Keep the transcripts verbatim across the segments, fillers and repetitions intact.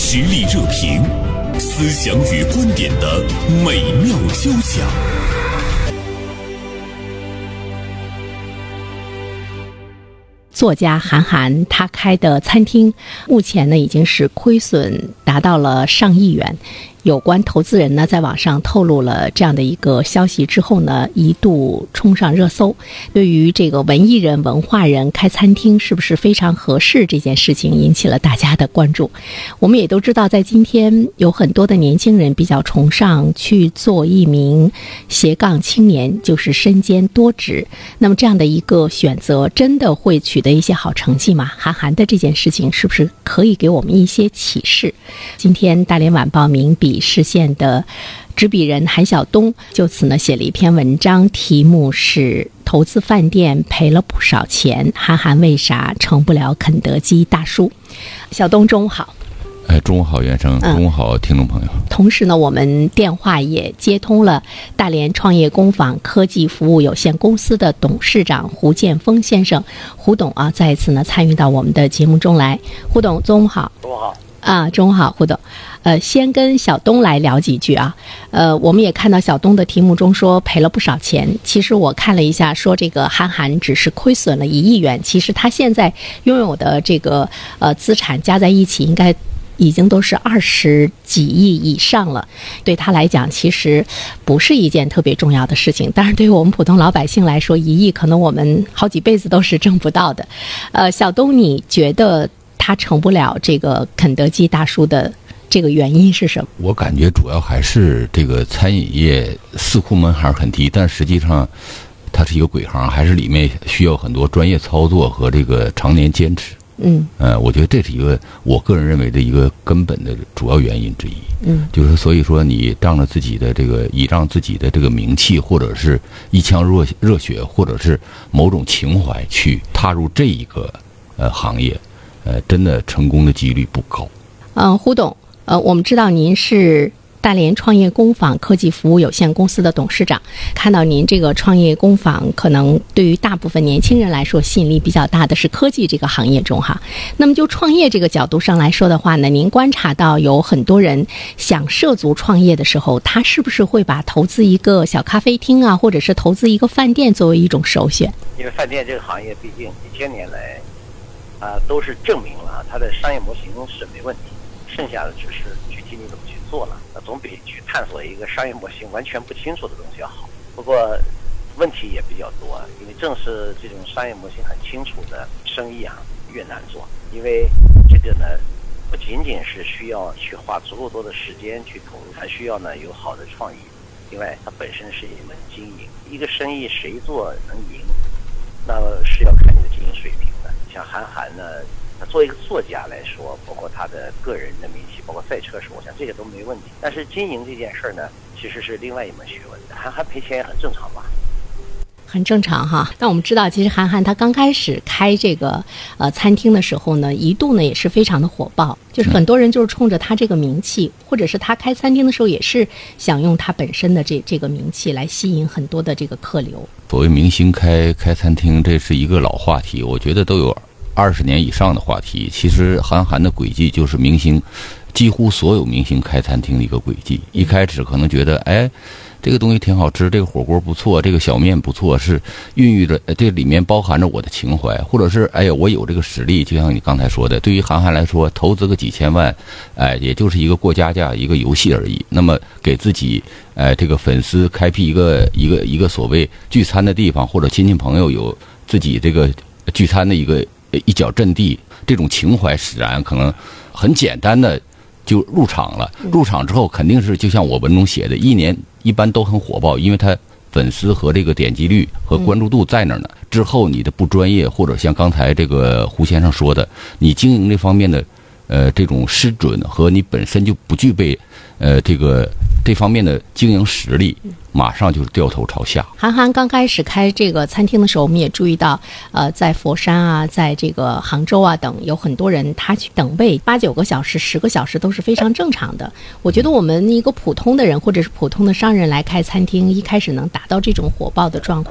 实力热评，思想与观点的美妙交响。 作家韩寒他开的餐厅目前呢已经是亏损达到了上亿元。有关投资人呢在网上透露了这样的一个消息之后呢，一度冲上热搜。对于这个文艺人文化人开餐厅是不是非常合适这件事情引起了大家的关注。我们也都知道，在今天有很多的年轻人比较崇尚去做一名斜杠青年，就是身兼多职。那么这样的一个选择真的会取得一些好成绩吗？韩寒的这件事情是不是可以给我们一些启示？今天大连晚报名笔视线的执笔人韩晓东就此呢写了一篇文章，题目是投资饭店赔了不少钱，韩寒为啥成不了肯德基大叔。晓东中午好。 哎，中午好，袁生，中午好，听众朋友。 同时呢，我们电话也接通了大连创业工坊科技服务有限公司的董事长胡建峰先生。胡董啊，再一次呢参与到我们的节目中来。胡董，中午好。 中午好。 啊，中午好，胡董。呃，先跟小东来聊几句啊。呃，我们也看到小东的题目中说赔了不少钱。其实我看了一下，说这个韩寒只是亏损了一亿元，其实他现在拥有的这个呃资产加在一起，应该已经都是二十几亿以上了。对他来讲，其实不是一件特别重要的事情。但是对于我们普通老百姓来说，一亿可能我们好几辈子都是挣不到的。呃，小东，你觉得他成不了这个肯德基大叔的这个原因是什么？ 我感觉主要还是这个餐饮业似乎门槛很低，但实际上它是一个鬼行，还是里面需要很多专业操作和这个常年坚持。嗯，呃，我觉得这是一个我个人认为的一个根本的主要原因之一。嗯，就是所以说你仗着自己的这个倚仗自己的这个名气，或者是一腔热热血，或者是某种情怀去踏入这一个呃行业，呃，真的成功的几率不高。 嗯，胡董，呃，我们知道您是大连创业工坊科技服务有限公司的董事长，看到您这个创业工坊可能对于大部分年轻人来说吸引力比较大的是科技这个行业中哈。那么就创业这个角度上来说的话呢，您观察到有很多人想涉足创业的时候，他是不是会把投资一个小咖啡厅啊，或者是投资一个饭店作为一种首选？ 因为饭店这个行业毕竟几千年来啊、呃、都是证明了它的商业模型是没问题，剩下的只是具体你怎么去做了，那总比去探索一个商业模型完全不清楚的东西要好。不过问题也比较多，因为正是这种商业模型很清楚的生意啊越难做，因为这个呢不仅仅是需要去花足够多的时间去投入，还需要呢有好的创意，另外它本身是一门经营。一个生意谁做能赢，那是要看你的经营水平的。像韩寒呢，他作为一个作家来说，包括他的个人的名气，包括赛车手，我想这个都没问题。但是经营这件事呢，其实是另外一门学问。韩寒赔钱也很正常吧？ 很正常哈。但我们知道，其实韩寒他刚开始开这个呃餐厅的时候呢，一度呢也是非常的火爆，就是很多人就是冲着他这个名气，或者是他开餐厅的时候也是想用他本身的这这个名气来吸引很多的这个客流。 所谓明星开开餐厅，这是一个老话题，我觉得都有二十年以上的话题。其实韩寒的轨迹就是明星，几乎所有明星开餐厅的一个轨迹。一开始可能觉得，哎，这个东西挺好吃，这个火锅不错，这个小面不错，是孕育着这里面包含着我的情怀，或者是哎呀我有这个实力。就像你刚才说的，对于韩寒来说，投资个几千万，哎，也就是一个过家家，一个游戏而已。那么给自己哎这个粉丝开辟一个一个一个所谓聚餐的地方，或者亲戚朋友有自己这个聚餐的一个一角阵地，这种情怀使然，可能很简单的就入场了。入场之后肯定是就像我文中写的，一年一般都很火爆，因为他粉丝和这个点击率和关注度在那儿呢。之后你的不专业，或者像刚才这个胡先生说的，你经营这方面的呃这种失准，和你本身就不具备呃这个这方面的经营实力，马上就掉头朝下。 韩寒刚开始开这个餐厅的时候，我们也注意到，呃，在佛山啊，在这个杭州啊等，有很多人他去等位八九个小时、十个小时都是非常正常的。我觉得我们一个普通的人或者是普通的商人来开餐厅，一开始能达到这种火爆的状况，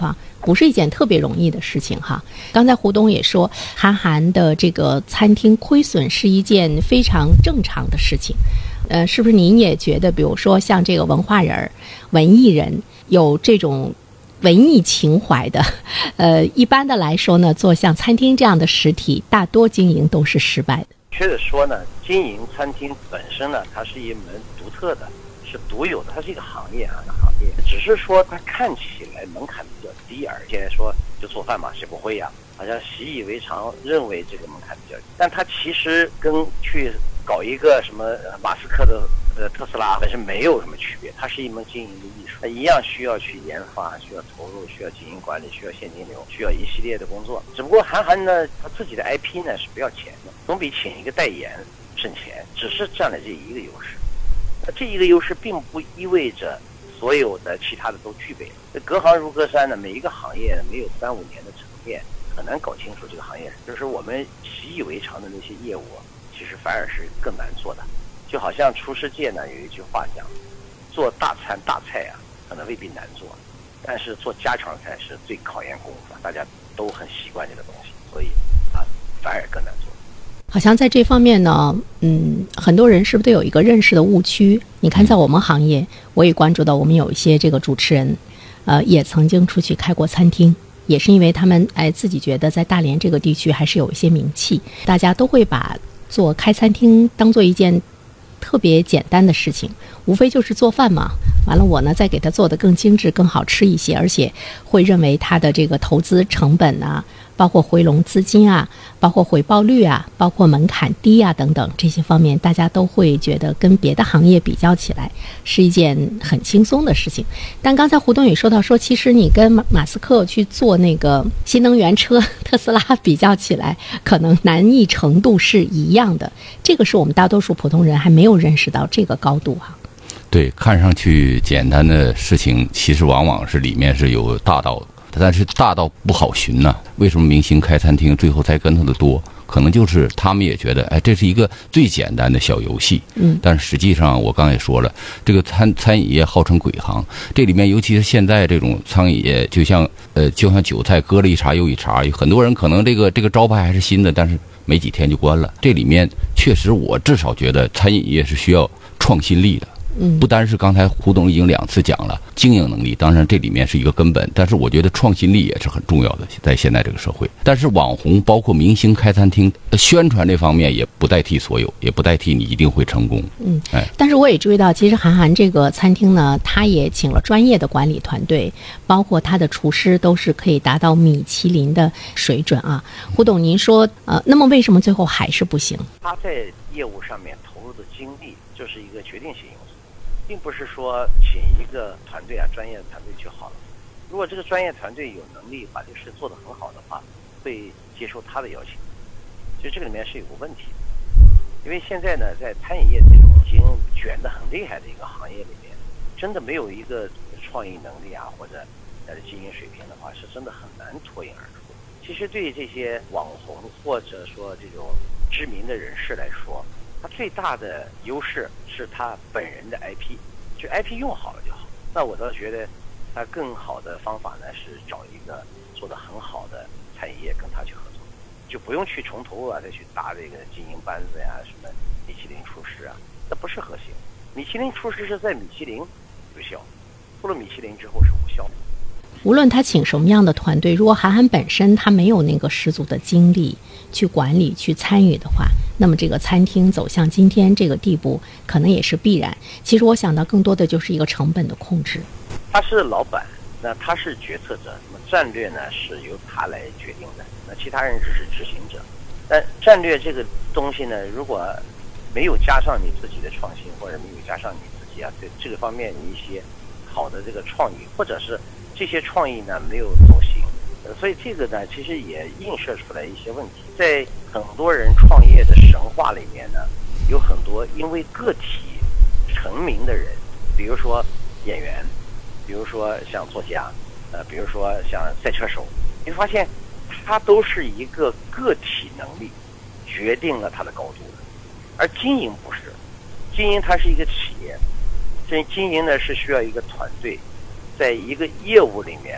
不是一件特别容易的事情哈。刚才胡董也说，韩寒的这个餐厅亏损是一件非常正常的事情。呃，是不是您也觉得，比如说像这个文化人、文艺人有这种文艺情怀的，呃，一般的来说呢，做像餐厅这样的实体，大多经营都是失败的。 确实说呢，经营餐厅本身呢，它是一门独特的、是独有的，它是一个行业啊，行业。只是说它看起来门槛比较低，而且说就做饭嘛，谁不会呀？好像习以为常，认为这个门槛比较低，但它其实跟去搞一个什么马斯克的呃特斯拉本身没有什么区别，它是一门经营的艺术，它一样需要去研发，需要投入，需要经营管理，需要现金流，需要一系列的工作。只不过韩寒呢，他自己的 I P 呢是不要钱的，总比请一个代言省钱，只是占了这一个优势。那这一个优势并不意味着所有的其他的都具备了。隔行如隔山呢，每一个行业没有三五年的沉淀，很难搞清楚这个行业。就是我们习以为常的那些业务，其实反而是更难做的。就好像厨师界呢有一句话讲，做大餐大菜啊，可能未必难做，但是做家常菜是最考验功夫的，大家都很习惯这个东西，所以啊，反而更难做。 好像在这方面呢，嗯，很多人是不是都有一个认识的误区？你看，在我们行业，我也关注到我们有一些这个主持人，呃，也曾经出去开过餐厅。也是因为他们哎自己觉得在大连这个地区还是有一些名气，大家都会把做开餐厅当做一件特别简单的事情，无非就是做饭嘛。完了我呢再给他做得更精致更好吃一些，而且会认为他的这个投资成本啊，包括回笼资金啊，包括回报率啊，包括门槛低啊等等这些方面，大家都会觉得跟别的行业比较起来是一件很轻松的事情。但刚才胡董也说到说，其实你跟马马斯克去做那个新能源车特斯拉比较起来，可能难易程度是一样的，这个是我们大多数普通人还没有认识到这个高度哈、啊。 对，看上去简单的事情，其实往往是里面是有大道，但是大道不好寻呢、啊。为什么明星开餐厅最后才跟头的多？可能就是他们也觉得，哎，这是一个最简单的小游戏。嗯，但是实际上我刚才也说了，这个餐餐饮业号称鬼行，这里面尤其是现在这种餐饮业，就像呃，就像韭菜割了一茬又一茬，很多人可能这个这个招牌还是新的，但是没几天就关了。这里面确实，我至少觉得餐饮业是需要创新力的。嗯，不单是刚才胡董已经两次讲了经营能力，当然这里面是一个根本，但是我觉得创新力也是很重要的，在现在这个社会。但是网红包括明星开餐厅，宣传这方面也不代替所有，也不代替你一定会成功。 嗯，哎，但是我也注意到，其实韩寒这个餐厅呢，他也请了专业的管理团队，包括他的厨师都是可以达到米其林的水准啊。胡董，您说，呃，那么为什么最后还是不行？ 他在业务上面投入的精力就是一个决定性因素。并不是说请一个团队啊，专业的团队就好了。如果这个专业团队有能力把这个事做得很好的话，会接受他的邀请。其实这个里面是有个问题，因为现在呢，在餐饮业这种已经卷得很厉害的一个行业里面，真的没有一个创意能力啊，或者呃经营水平的话，是真的很难脱颖而出。其实对于这些网红或者说这种知名的人士来说，他最大的优势是他本人的 I P， 就 I P 用好了就好。那我倒觉得他更好的方法呢是找一个做得很好的餐饮业跟他去合作，就不用去从头啊再去搭这个经营班子呀，什么米其林厨师啊，那不是核心。米其林厨师是在米其林有效，出了米其林之后是无效的。 无论他请什么样的团队，如果韩寒本身他没有那个十足的精力去管理去参与的话，那么这个餐厅走向今天这个地步可能也是必然。其实我想到更多的就是一个成本的控制。 他是老板，那他是决策者，那么战略呢是由他来决定的，那其他人只是执行者。但战略这个东西呢，如果没有加上你自己的创新，或者没有加上你自己啊对这个方面你一些好的这个创意，或者是这些创意呢没有走形，所以这个呢其实也映射出来一些问题。在很多人创业的神话里面呢，有很多因为个体成名的人，比如说演员，比如说像作家，呃，比如说像赛车手，你会发现他都是一个个体能力决定了他的高度的。而经营不是，经营它是一个企业，这经营呢是需要一个团队，在一个业务里面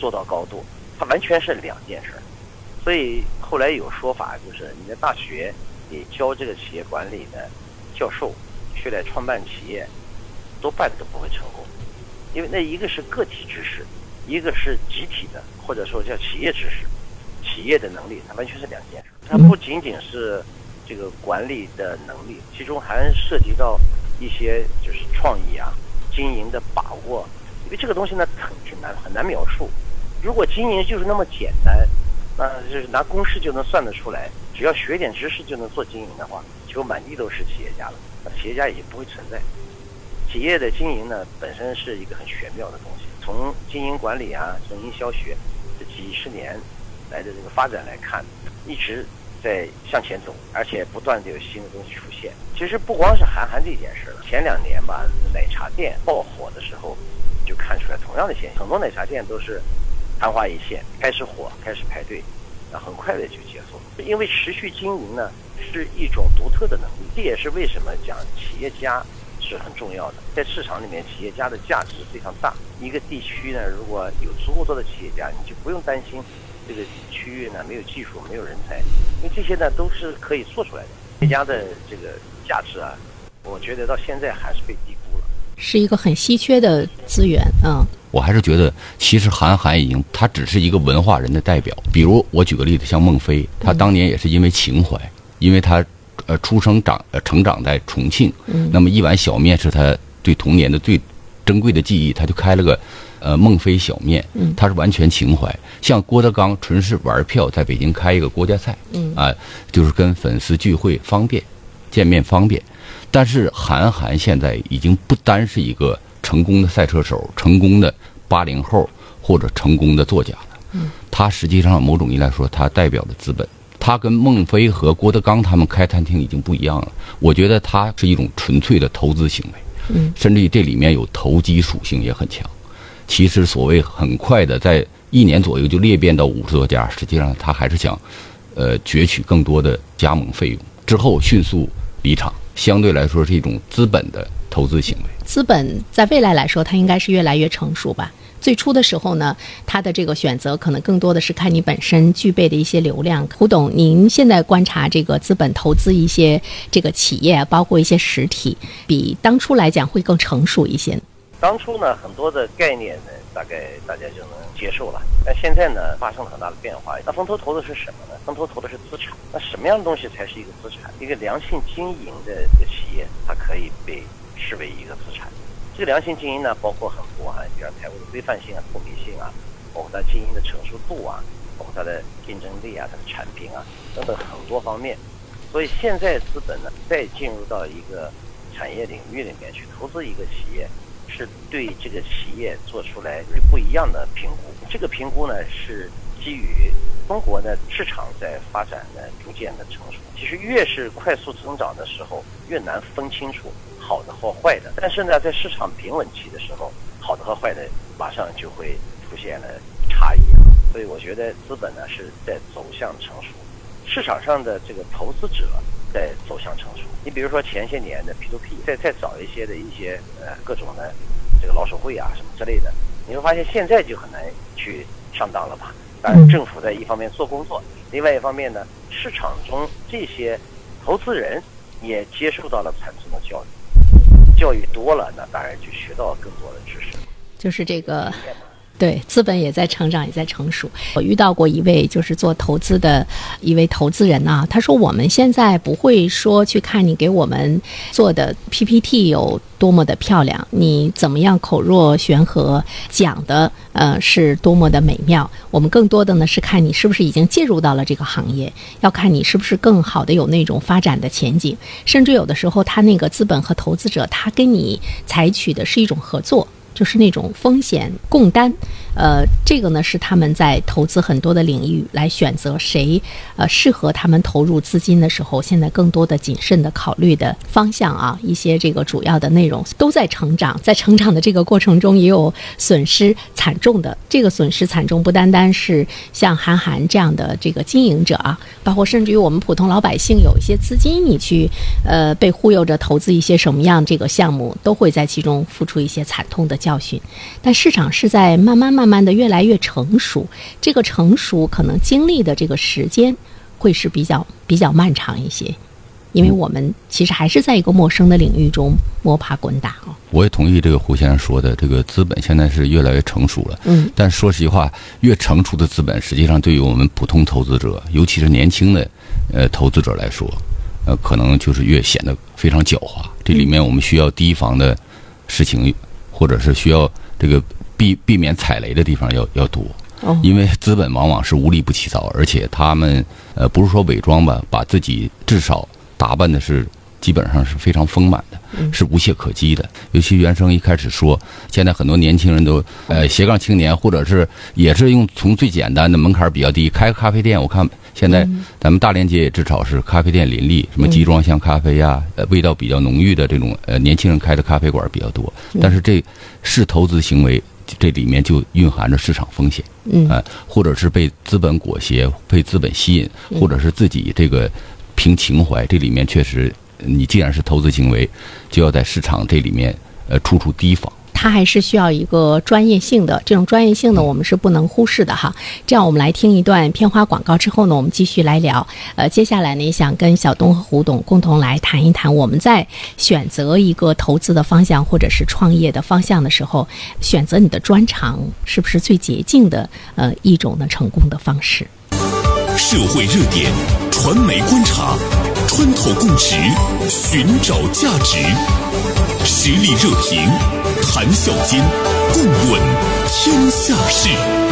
做到高度，它完全是两件事。所以后来有说法，就是你在大学里教这个企业管理的教授去来创办企业，多半都不会成功，因为那一个是个体知识，一个是集体的，或者说叫企业知识。企业的能力，它完全是两件事。它不仅仅是这个管理的能力，其中还涉及到一些就是创意啊、经营的把握。因为这个东西呢，很挺难很难描述。如果经营就是那么简单，那就是拿公式就能算得出来，只要学点知识就能做经营的话，就满地都是企业家了。那企业家也不会存在。企业的经营呢，本身是一个很玄妙的东西。从经营管理啊，从营销学这几十年来的这个发展来看，一直在向前走，而且不断的有新的东西出现。其实不光是韩寒这件事了，前两年吧，奶茶店爆火的时候，就看出来同样的现象。很多奶茶店都是昙花一现，开始火，开始排队，那很快的就结束。因为持续经营呢是一种独特的能力，这也是为什么讲企业家是很重要的。在市场里面，企业家的价值非常大。一个地区呢，如果有足够多的企业家，你就不用担心这个区域呢没有技术、没有人才，因为这些呢都是可以做出来的。企业家的这个价值啊，我觉得到现在还是被低估了， 是一个很稀缺的资源。嗯， 我还是觉得，其实韩寒已经他只是一个文化人的代表。比如我举个例子，像孟非，他当年也是因为情怀，嗯、因为他呃出生长呃成长在重庆，嗯，那么一碗小面是他对童年的最珍贵的记忆，他就开了个呃孟非小面，嗯，他是完全情怀。像郭德纲纯是玩票，在北京开一个郭家菜，嗯啊、呃，就是跟粉丝聚会方便，见面方便。但是韩寒现在已经不单是一个成功的赛车手，成功的八零后或者成功的作家了，嗯，他实际上某种意义来说，他代表的资本。他跟孟非和郭德纲他们开餐厅已经不一样了，我觉得他是一种纯粹的投资行为，嗯，甚至于这里面有投机属性也很强。其实所谓很快的在一年左右就裂变到五十多家，实际上他还是想呃攫取更多的加盟费用，之后迅速离场，相对来说是一种资本的投资行为。 资本在未来来说，它应该是越来越成熟吧。最初的时候呢，它的这个选择可能更多的是看你本身具备的一些流量。胡董，您现在观察这个资本投资一些这个企业，包括一些实体，比当初来讲会更成熟一些。 当初呢，很多的概念呢，大概大家就能接受了。但现在呢，发生了很大的变化。那风投投的是什么呢？风投投的是资产。那什么样的东西才是一个资产？一个良性经营的一个企业，它可以被视为一个资产。这个良性经营呢，包括很多啊，比如财务的规范性啊、透明性啊，包括它经营的成熟度啊，包括它的竞争力啊、它的产品啊等等很多方面。所以现在资本呢，再进入到一个产业领域里面去投资一个企业，是对这个企业做出来不一样的评估。这个评估呢，是基于中国的市场在发展的逐渐的成熟。其实越是快速增长的时候，越难分清楚好的和坏的。但是呢，在市场平稳期的时候，好的和坏的马上就会出现了差异。所以我觉得资本呢是在走向成熟，市场上的这个投资者在走向成熟。你比如说前些年的 P to P， 再再早一些的一些呃各种的这个老手会啊什么之类的，你会发现现在就很难去上当了吧？当然，政府在一方面做工作，另外一方面呢，市场中这些投资人也接受到了产生的教育，教育多了，那当然就学到更多的知识。 就是这个。对，资本也在成长，也在成熟。我遇到过一位就是做投资的一位投资人啊，他说我们现在不会说去看你给我们做的 P P T 有多么的漂亮，你怎么样口若悬河讲的呃是多么的美妙，我们更多的呢是看你是不是已经介入到了这个行业，要看你是不是更好的有那种发展的前景，甚至有的时候他那个资本和投资者他跟你采取的是一种合作，就是那种风险共担，呃，这个呢是他们在投资很多的领域来选择谁呃适合他们投入资金的时候，现在更多的谨慎的考虑的方向啊，一些这个主要的内容都在成长，在成长的这个过程中也有损失惨重的，这个损失惨重不单单是像韩寒这样的这个经营者啊，包括甚至于我们普通老百姓有一些资金你去呃被忽悠着投资一些什么样这个项目，都会在其中付出一些惨痛的教训。但市场是在慢慢慢慢慢的越来越成熟，这个成熟可能经历的这个时间会是比较比较漫长一些，因为我们其实还是在一个陌生的领域中摸爬滚打哦。 我也同意这个胡先生说的，这个资本现在是越来越成熟了。嗯，但说实话，越成熟的资本，实际上对于我们普通投资者，尤其是年轻的呃投资者来说，呃，可能就是越显得非常狡猾。这里面我们需要提防的事情，或者是需要这个避避免踩雷的地方要要多。哦，因为资本往往是无利不起早，而且他们呃不是说伪装吧，把自己至少打扮的是基本上是非常丰满的，是无懈可击的。尤其原生一开始说，现在很多年轻人都呃斜杠青年，或者是也是用从最简单的门槛比较低，开个咖啡店。我看现在咱们大连街也至少是咖啡店林立，什么集装箱咖啡呀，呃味道比较浓郁的这种呃年轻人开的咖啡馆比较多。但是这是投资行为，这里面就蕴含着市场风险，嗯、呃，或者是被资本裹挟，被资本吸引，或者是自己这个凭情怀，这里面确实，你既然是投资行为，就要在市场这里面呃处处提防。 它还是需要一个专业性的，这种专业性呢，我们是不能忽视的哈。这样，我们来听一段片花广告之后呢，我们继续来聊。呃，接下来呢，也想跟小东和胡董共同来谈一谈，我们在选择一个投资的方向或者是创业的方向的时候，选择你的专长是不是最捷径的呃一种呢成功的方式？ 社会热点，传媒观察，穿透共识，寻找价值，实力热评，谈笑间，共论天下事。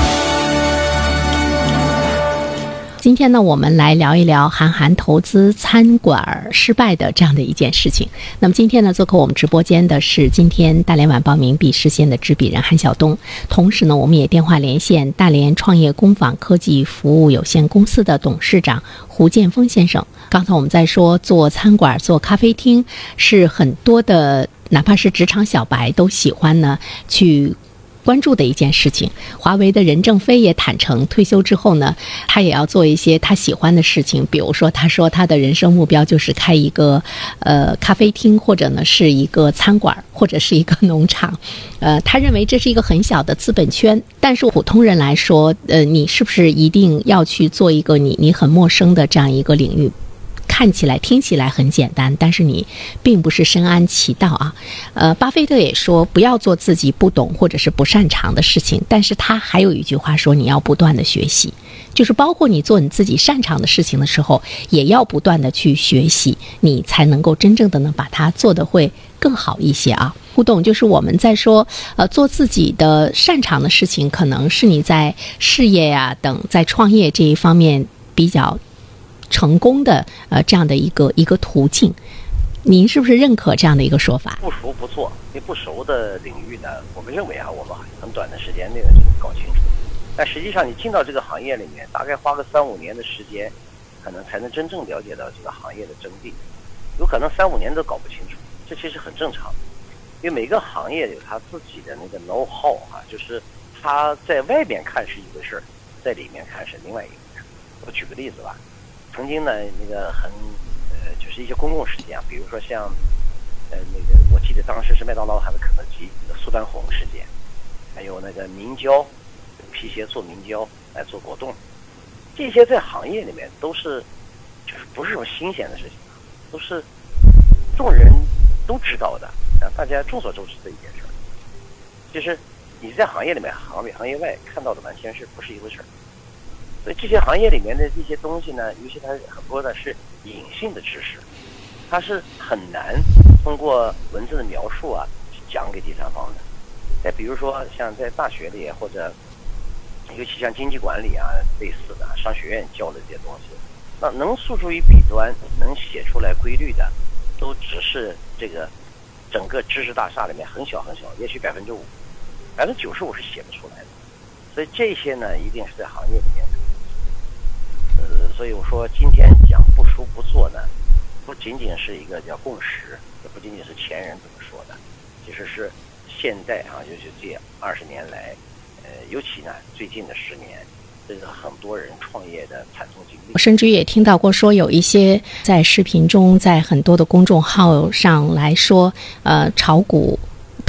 今天呢，我们来聊一聊韩寒投资餐馆失败的这样的一件事情。那么今天呢，做客我们直播间的是今天大连晚报名笔视线的执笔人韩晓东，同时呢，我们也电话连线大连创业工坊科技服务有限公司的董事长胡建峰先生。刚才我们在说，做餐馆、做咖啡厅是很多的，哪怕是职场小白都喜欢呢去关注的一件事情。华为的任正非也坦诚，退休之后呢，他也要做一些他喜欢的事情。比如说，他说他的人生目标就是开一个呃咖啡厅，或者呢是一个餐馆，或者是一个农场。呃，他认为这是一个很小的资本圈。但是普通人来说，呃，你是不是一定要去做一个你你很陌生的这样一个领域？看起来听起来很简单，但是你并不是深谙其道啊。呃，巴菲特也说不要做自己不懂或者是不擅长的事情，但是他还有一句话说，你要不断的学习，就是包括你做你自己擅长的事情的时候，也要不断的去学习，你才能够真正的呢把它做得会更好一些啊。胡董，就是我们在说呃做自己的擅长的事情，可能是你在事业呀、啊、等在创业这一方面比较成功的呃这样的一个一个途径，您是不是认可这样的一个说法？ 不熟不做，你不熟的领域呢，我们认为啊，我们很短的时间内呢就搞清楚。但实际上，你进到这个行业里面，大概花个三五年的时间，可能才能真正了解到这个行业的真谛。有可能三五年都搞不清楚，这其实很正常。因为每个行业有它自己的那个 know how 啊，就是它在外面看是一回事，在里面看是另外一回事。我举个例子吧。曾经呢，那个很呃，就是一些公共事件啊，比如说像呃那个，我记得当时是麦当劳还是肯德基的苏丹红事件，还有那个明胶皮鞋做明胶来做果冻，这些在行业里面都是就是不是什么新鲜的事情，都是众人都知道的，啊，大家众所周知的一件事。就是你在行业里面行业行业外看到的完全是不是一回事。所以这些行业里面的这些东西呢，尤其它很多的是隐性的知识，它是很难通过文字的描述啊讲给第三方的。再比如说像在大学里或者尤其像经济管理啊类似的商学院教的这些东西，那能诉诸于笔端能写出来规律的，都只是这个整个知识大厦里面很小很小，也许百分之五，百分之九十五是写不出来的。所以这些呢，一定是在行业里面的。呃，所以我说今天讲不熟不做呢，不仅仅是一个叫共识，也不仅仅是前人这么说的，其实是现在啊，就是这二十年来，呃，尤其呢最近的十年，这是很多人创业的惨痛经历。 甚至也听到过说，有一些在视频中，在很多的公众号上来说，呃，炒股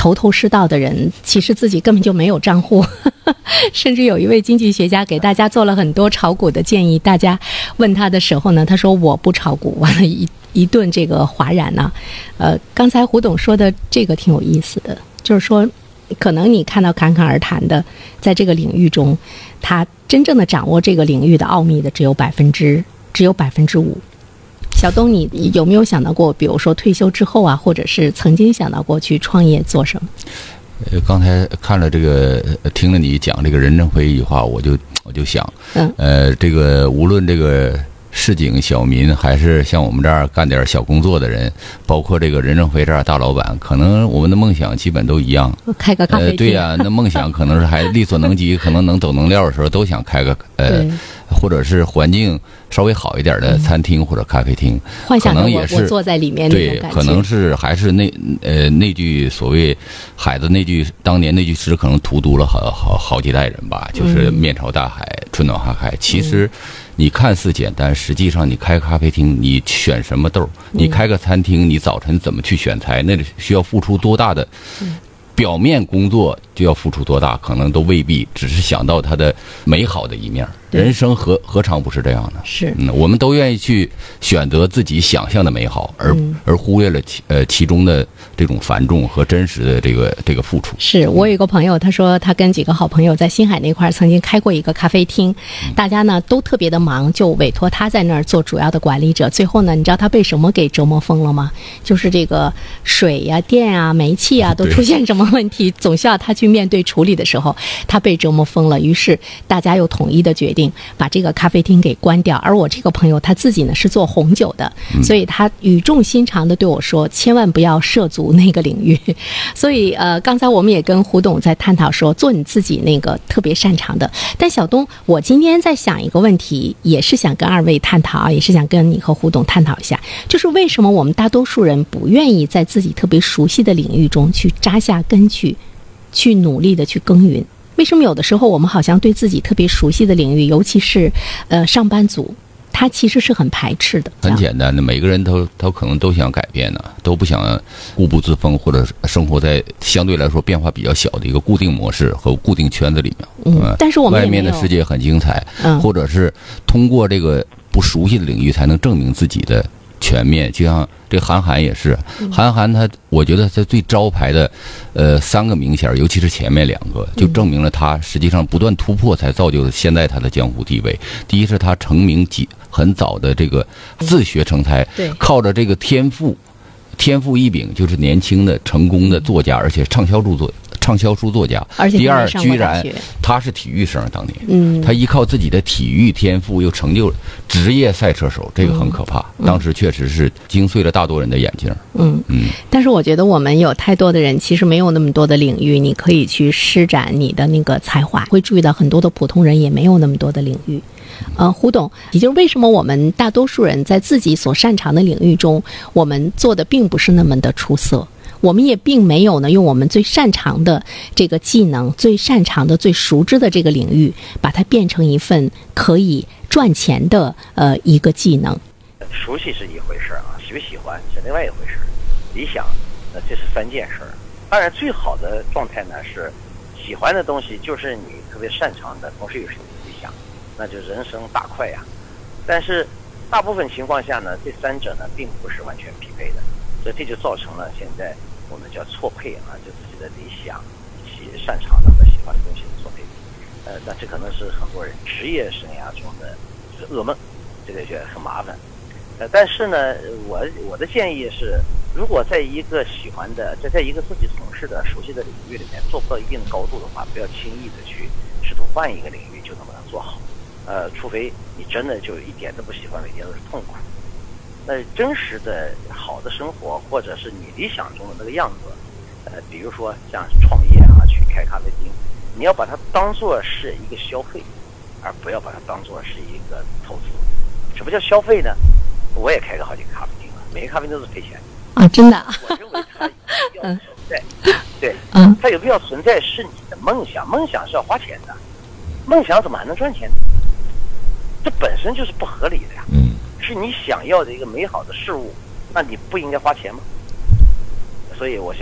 头头是道的人，其实自己根本就没有账户，甚至有一位经济学家给大家做了很多炒股的建议。大家问他的时候呢，他说我不炒股，完了一一顿这个哗然呢、啊。呃，刚才胡董说的这个挺有意思的，就是说，可能你看到侃侃而谈的，在这个领域中，他真正的掌握这个领域的奥秘的只有百分之只有百分之五。小东，你有没有想到过，比如说退休之后啊，或者是曾经想到过去创业做什么？ 呃，刚才看了这个，听了你讲这个任正非一句话，我就我就想，嗯，呃，这个无论这个市井小民，还是像我们这儿干点小工作的人，包括这个任正非这样大老板，可能我们的梦想基本都一样， 开个咖啡厅。 呃、对呀、啊，那梦想可能是还力所能及，可能能走能料的时候，都想开个呃，或者是环境稍微好一点的餐厅或者咖啡厅， 幻想可能也是我坐在里面那种对， 感觉。 可能是还是那呃那句所谓孩子那句当年那句诗，可能荼毒了好好好几代人吧，就是面朝大海，春暖花开。其实你看似简单，实际上你开咖啡厅，你选什么豆；你开个餐厅，你早晨怎么去选材，那需要付出多大的表面工作，就要付出多大，可能都未必只是想到它的美好的一面。人生何何尝不是这样呢？ 是， 嗯，我们都愿意去选择自己想象的美好，而、嗯、而忽略了其呃其中的这种繁重和真实的这个这个付出。 是我有一个朋友，他说他跟几个好朋友在新海那块曾经开过一个咖啡厅，嗯、大家呢都特别的忙，就委托他在那儿做主要的管理者。最后呢，你知道他被什么给折磨疯了吗？就是这个水呀、啊、电啊、煤气啊都出现什么问题，总需要他去面对处理的时候，他被折磨疯了。于是大家又统一的决定把这个咖啡厅给关掉。而我这个朋友他自己呢是做红酒的，所以他语重心长的对我说，千万不要涉足那个领域。所以呃，刚才我们也跟胡董在探讨说，做你自己那个特别擅长的。但小东，我今天在想一个问题，也是想跟二位探讨，也是想跟你和胡董探讨一下，就是为什么我们大多数人不愿意在自己特别熟悉的领域中去扎下根去，去努力的去耕耘？为什么有的时候我们好像对自己特别熟悉的领域，尤其是呃上班族，他其实是很排斥的？ 很简单的，每个人都都可能都想改变呢，都不想固步自封，或者生活在相对来说变化比较小的一个固定模式和固定圈子里面。 嗯，但是我们外面的世界很精彩， 嗯， 或者是通过这个不熟悉的领域才能证明自己的全面。就像这韩寒也是，韩寒他，我觉得他最招牌的，呃，三个明显，尤其是前面两个，就证明了他实际上不断突破，才造就了现在他的江湖地位。第一是他成名几很早的这个自学成才， 对， 靠着这个天赋，天赋异禀，就是年轻的成功的作家，而且畅销著作。畅销书作家， 而且第二，居然他是体育生，当年， 嗯， 他依靠自己的体育天赋，又成就职业赛车手，这个很可怕。嗯、当时确实是惊碎了大多人的眼睛。 嗯嗯。但是我觉得我们有太多的人，其实没有那么多的领域，你可以去施展你的那个才华。会注意到很多的普通人也没有那么多的领域。呃，胡董，也就是为什么我们大多数人在自己所擅长的领域中，我们做的并不是那么的出色。我们也并没有呢，用我们最擅长的这个技能、最擅长的、最熟知的这个领域，把它变成一份可以赚钱的呃一个技能。 熟悉是一回事啊，喜不喜欢是另外一回事。理想，那这是三件事。当然，最好的状态呢是喜欢的东西就是你特别擅长的，同时又是理想，那就人生大快呀。但是大部分情况下呢，这三者呢并不是完全匹配的，所以这就造成了现在我们叫错配啊，就自己的理想以及擅长的和喜欢的东西的错配。呃，那这可能是很多人职业生涯中的就是噩梦，这个就很麻烦。呃，但是呢，我我的建议是，如果在一个喜欢的，在在一个自己从事的熟悉的领域里面做不到一定的高度的话，不要轻易的去试图换一个领域就能把它做好。呃，除非你真的就一点都不喜欢，每天都是痛苦。那真实的好的生活，或者是你理想中的那个样子，呃，比如说像创业啊，去开咖啡厅，你要把它当作是一个消费，而不要把它当作是一个投资。什么叫消费呢？我也开过好几个咖啡厅了，每个咖啡厅都是赔钱啊，真的。 我认为它有必要存在，对，嗯，它有必要存在是你的梦想，梦想是要花钱的，梦想怎么还能赚钱呢？这本身就是不合理的呀。嗯。是你想要的一个美好的事物，那你不应该花钱吗？所以我想，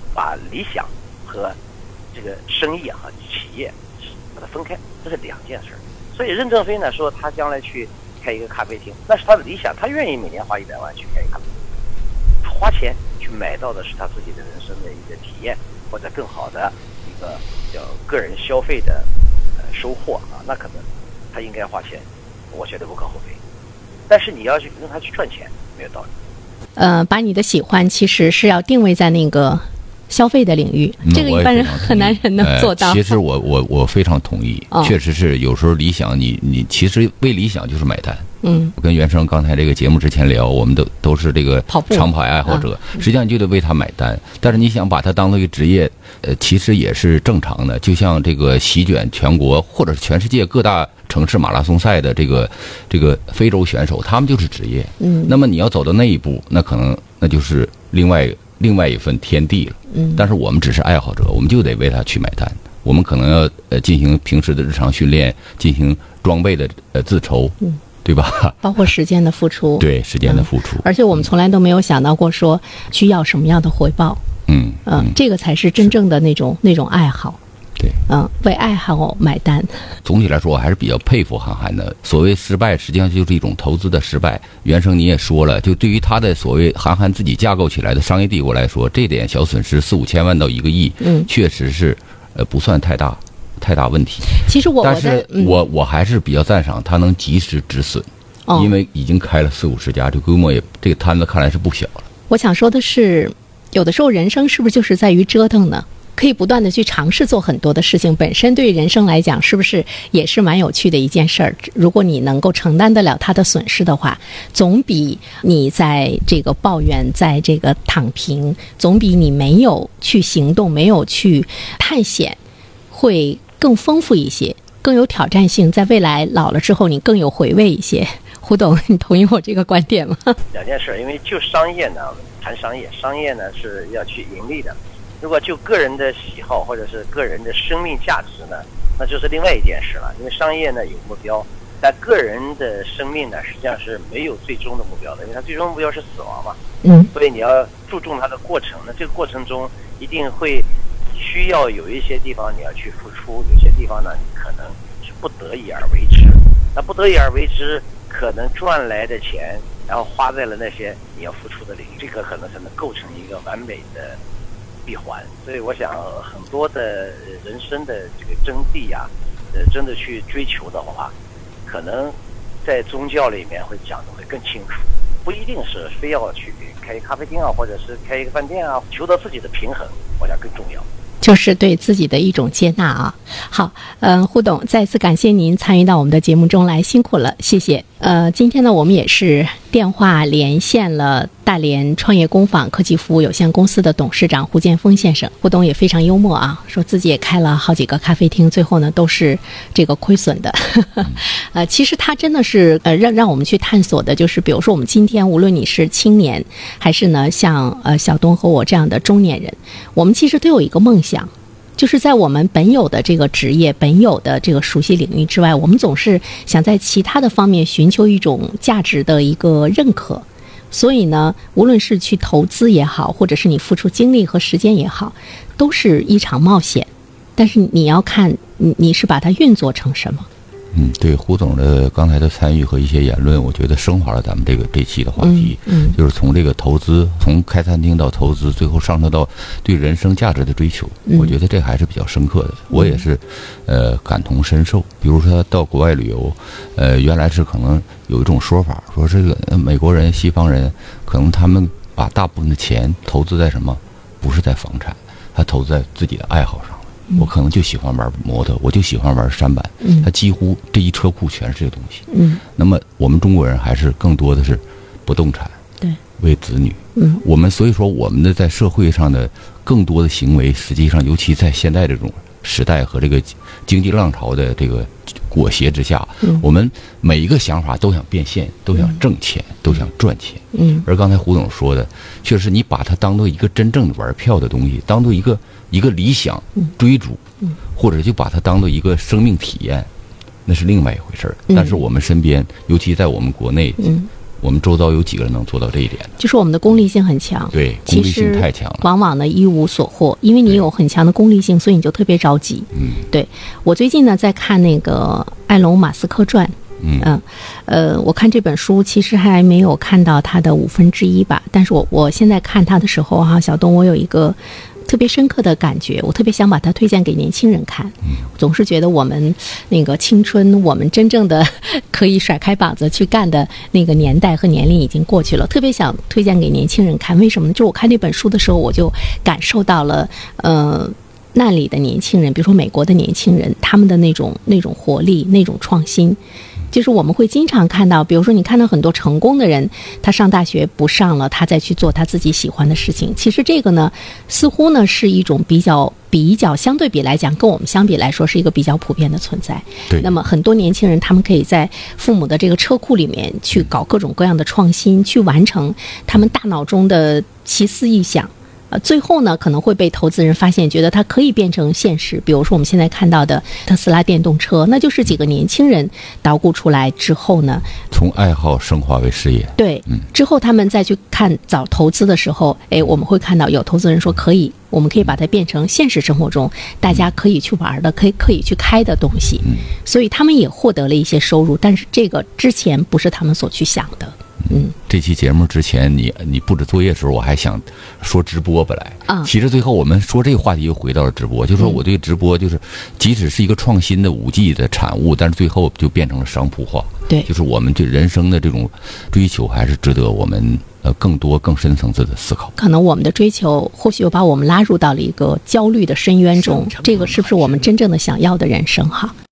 把理想和这个生意啊、企业把它分开，这是两件事。所以任正非呢说他将来去开一个咖啡厅，那是他的理想，他愿意每年花一百万去开一个咖啡厅，他花钱去买到的是他自己的人生的一个体验，或者更好的一个叫个人消费的呃收获啊，那可能他应该花钱，我觉得无可厚非。但是你要去让他去赚钱，没有道理。 呃，把你的喜欢其实是要定位在那个消费的领域，这个一般人很难人能做到。 呃、其实我我我非常同意，哦、确实是有时候理想你你其实为理想就是买单。 嗯， 我跟袁生刚才这个节目之前聊，我们都都是这个长跑爱好者，实际上你就得为他买单。但是你想把它当做一个职业，呃，其实也是正常的。就像这个席卷全国或者是全世界各大城市马拉松赛的这个这个非洲选手，他们就是职业。 嗯， 那么你要走到那一步，那可能那就是另外另外一份天地了。 嗯， 但是我们只是爱好者，我们就得为他去买单。我们可能要呃进行平时的日常训练，进行装备的呃自筹。 嗯。 对吧？ 包括时间的付出， 对时间的付出、嗯， 而且我们从来都没有想到过说需要什么样的回报， 嗯嗯、呃，这个才是真正的那种那种爱好， 对， 嗯、呃，为爱好买单。 总体来说，我还是比较佩服韩寒的。所谓失败，实际上就是一种投资的失败。袁生你也说了，就对于他的所谓韩寒自己架构起来的商业帝国来说，这点小损失四五千万到一个亿， 嗯， 确实是呃不算太大。太大问题， 其实我， 但是我、 嗯、 我还是比较赞赏他能及时止损， 哦、 因为已经开了四五十家，这规模也这个摊子看来是不小了。 我想说的是，有的时候人生是不是就是在于折腾呢？可以不断的去尝试做很多的事情，本身对人生来讲，是不是也是蛮有趣的一件事儿？如果你能够承担得了它的损失的话，总比你在这个抱怨，在这个躺平，总比你没有去行动，没有去探险，会更丰富一些，更有挑战性，在未来老了之后你更有回味一些。胡董，你同意我这个观点吗？ 两件事，因为就商业呢，谈商业，商业呢是要去盈利的。如果就个人的喜好或者是个人的生命价值呢，那就是另外一件事了。因为商业呢有目标，但个人的生命呢实际上是没有最终的目标的，因为它最终目标是死亡嘛。 嗯， 所以你要注重它的过程。那这个过程中一定会需要有一些地方你要去付出，有些地方呢你可能是不得已而为之。那不得已而为之，可能赚来的钱，然后花在了那些你要付出的领域，这个可能才能构成一个完美的闭环。所以我想很多的人生的这个真谛啊，呃，真的去追求的话，可能在宗教里面会讲的会更清楚，不一定是非要去开一个咖啡厅啊，或者是开一个饭店啊，求得自己的平衡，我想更重要。 就是对自己的一种接纳啊。好，嗯、呃，胡董，再次感谢您参与到我们的节目中来，辛苦了，谢谢。呃，今天呢，我们也是电话连线了大连创业工坊科技服务有限公司的董事长胡建峰先生。胡董也非常幽默啊，说自己也开了好几个咖啡厅，最后呢都是这个亏损的。呃，其实他真的是呃让让我们去探索的，就是比如说我们今天无论你是青年，还是呢像呃小东和我这样的中年人，我们其实都有一个梦想。就是在我们本有的这个职业、本有的这个熟悉领域之外，我们总是想在其他的方面寻求一种价值的一个认可。所以呢，无论是去投资也好，或者是你付出精力和时间也好，都是一场冒险。但是你要看你你是把它运作成什么。 嗯，对，胡总的刚才的参与和一些言论，我觉得升华了咱们这个这期的话题。 嗯，嗯就是从这个投资，从开餐厅到投资，最后上升到对人生价值的追求， 嗯、 我觉得这还是比较深刻的。我也是，呃，感同身受。比如说到国外旅游，呃，原来是可能有一种说法，说这个美国人、西方人，可能他们把大部分的钱投资在什么？不是在房产，他投资在自己的爱好上。我可能就喜欢玩摩托，我就喜欢玩舢板， 嗯， 他几乎这一车库全是这个东西。 嗯， 那么我们中国人还是更多的是不动产， 对， 为子女。 嗯， 我们所以说我们的在社会上的更多的行为，实际上尤其在现在这种时代和这个经济浪潮的这个裹挟之下， 嗯， 我们每一个想法都想变现，都想挣钱，嗯，都想赚钱。 嗯， 而刚才胡总说的，确实你把它当做一个真正的玩票的东西，当做一个一个理想追逐， 嗯， 或者就把它当做一个生命体验，那是另外一回事儿。 嗯， 但是我们身边，尤其在我们国内， 嗯， 我们周遭有几个人能做到这一点呢？ 就是我们的功利性很强， 对，功利性太强了， 往往呢一无所获，因为你有很强的功利性，所以你就特别着急。 嗯， 对，我最近呢在看那个埃隆·马斯克传。 嗯嗯，呃，我看这本书其实还没有看到它的五分之一吧，但是我我现在看它的时候哈、啊，小东，我有一个特别深刻的感觉，我特别想把它推荐给年轻人看。 嗯， 总是觉得我们那个青春，我们真正的可以甩开膀子去干的那个年代和年龄已经过去了，特别想推荐给年轻人看。为什么呢？就我看这本书的时候，我就感受到了，呃。那里的年轻人，比如说美国的年轻人，他们的那种那种活力、那种创新，就是我们会经常看到，比如说你看到很多成功的人，他上大学不上了，他再去做他自己喜欢的事情。其实这个呢，似乎呢是一种比较比较相对比来讲，跟我们相比来说是一个比较普遍的存在。 对。 那么很多年轻人，他们可以在父母的这个车库里面去搞各种各样的创新，去完成他们大脑中的奇思异想。呃，最后呢，可能会被投资人发现，觉得它可以变成现实。比如说我们现在看到的特斯拉电动车，那就是几个年轻人捣鼓出来之后呢， 从爱好升华为事业。 对，嗯，之后他们再去看找投资的时候，哎，我们会看到有投资人说可以，我们可以把它变成现实生活中大家可以去玩的、可以可以去开的东西。嗯，所以他们也获得了一些收入，但是这个之前不是他们所去想的。嗯， 这期节目之前你你布置作业的时候，我还想说直播本来啊， 其实最后我们说这个话题又回到了直播，就是说我对直播就是，即使是一个创新的五 G 的产物，但是最后就变成了商铺化。 对， 就是我们对人生的这种追求，还是值得我们呃更多更深层次的思考。 可能我们的追求，或许又把我们拉入到了一个焦虑的深渊中，这个是不是我们真正的想要的人生哈？